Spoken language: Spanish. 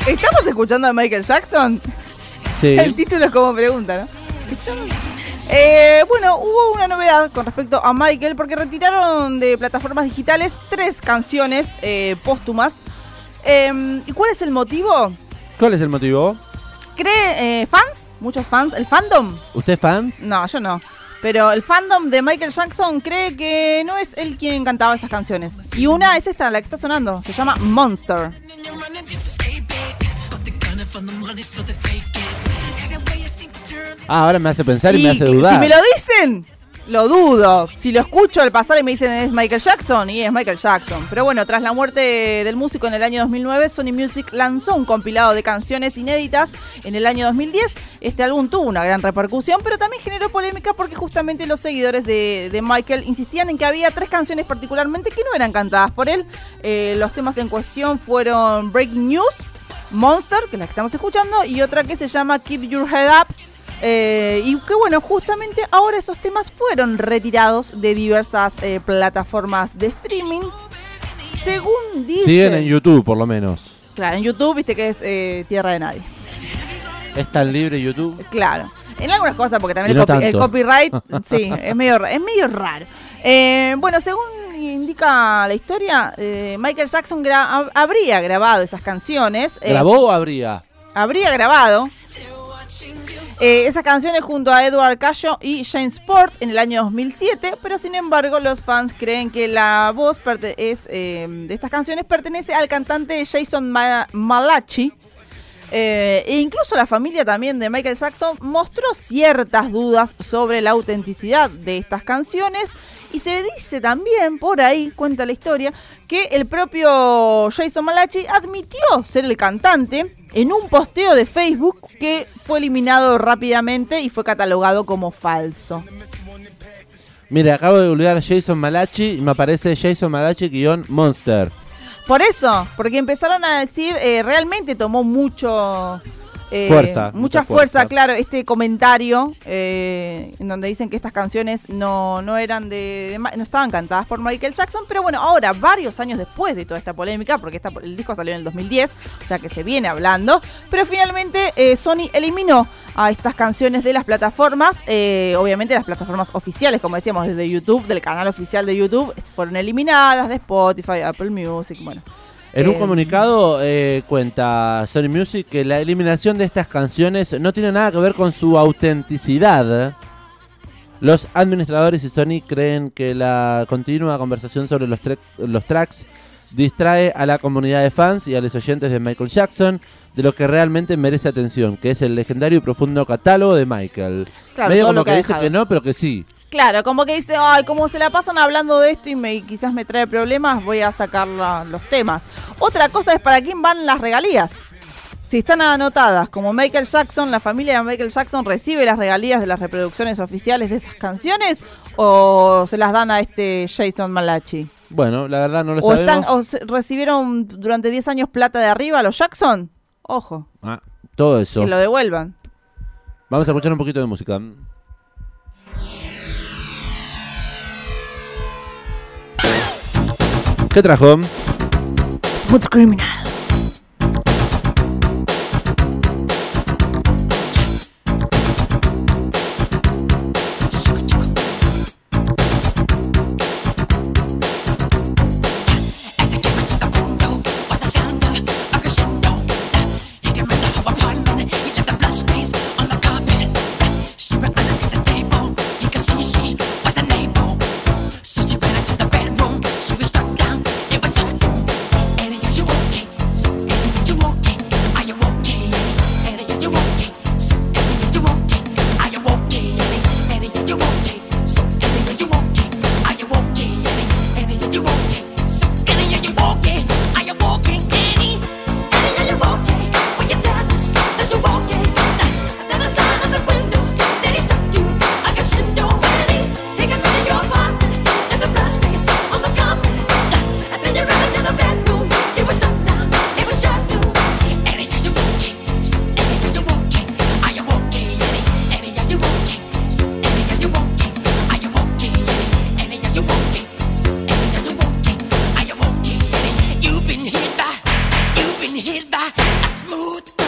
¿Estamos escuchando a Michael Jackson? Sí. El título es como pregunta, ¿no? Bueno, hubo una novedad con respecto a Michael porque retiraron de plataformas digitales 3 canciones póstumas. ¿Y cuál es el motivo? ¿Cuál es el motivo? ¿Cree fans? Muchos fans. ¿El fandom? ¿Usted fans? No, yo no. Pero el fandom de Michael Jackson cree que no es él quien cantaba esas canciones. Y una es esta, la que está sonando. Se llama Monster. Ahora me hace pensar y me hace dudar. Si me lo dicen, lo dudo. Si lo escucho al pasar y me dicen es Michael Jackson, y es Michael Jackson. Pero bueno, tras la muerte del músico en el año 2009, Sony Music lanzó un compilado de canciones inéditas en el año 2010. Este álbum tuvo una gran repercusión, pero también generó polémica porque justamente los seguidores de Michael insistían en que había 3 canciones particularmente que no eran cantadas por él. Los temas en cuestión fueron Breaking News, Monster, que es la que estamos escuchando, y otra que se llama Keep Your Head Up. Y que bueno, justamente ahora esos temas fueron retirados de diversas plataformas de streaming. Según dice... Siguen en YouTube, por lo menos. Claro, en YouTube, viste que es tierra de nadie. ¿Es tan libre YouTube? Claro. En algunas cosas, porque también no el copyright, sí, es medio raro. Bueno, según indica la historia, Michael Jackson habría grabado esas canciones. ¿Grabó o habría? Habría grabado esas canciones junto a Edward Casio y James Sport en el año 2007, pero sin embargo los fans creen que la voz de estas canciones pertenece al cantante Jason Malachi. E incluso la familia también de Michael Jackson mostró ciertas dudas sobre la autenticidad de estas canciones, y se dice también, por ahí cuenta la historia, que el propio Jason Malachi admitió ser el cantante en un posteo de Facebook que fue eliminado rápidamente y fue catalogado como falso. Mire, acabo de googlear Jason Malachi y me aparece Jason Malachi-Monster. Por eso, porque empezaron a decir, realmente tomó mucha fuerza, claro, este comentario en donde dicen que estas canciones no eran no estaban cantadas por Michael Jackson, pero bueno, ahora, varios años después de toda esta polémica, porque el disco salió en el 2010, o sea que se viene hablando, pero finalmente Sony eliminó a estas canciones de las plataformas, obviamente las plataformas oficiales, como decíamos, desde YouTube, del canal oficial de YouTube, fueron eliminadas, de Spotify, Apple Music, bueno. En un comunicado cuenta Sony Music que la eliminación de estas canciones no tiene nada que ver con su autenticidad. Los administradores y Sony creen que la continua conversación sobre los tracks distrae a la comunidad de fans y a los oyentes de Michael Jackson de lo que realmente merece atención, que es el legendario y profundo catálogo de Michael. Claro, medio todo como lo que que ha dice dejado. que no, pero que sí. Claro, como que dice, ay, como se la pasan hablando de esto y quizás me trae problemas, voy a sacar los temas. Otra cosa es para quién van las regalías. Si están anotadas como Michael Jackson, la familia de Michael Jackson recibe las regalías de las reproducciones oficiales de esas canciones, o se las dan a este Jason Malachi. Bueno, la verdad no lo sabemos. ¿Recibieron durante 10 años plata de arriba a los Jackson? Ojo. Todo eso. Que lo devuelvan. Vamos a escuchar un poquito de música. ¿Qué trajo? Smooth Criminal. mood.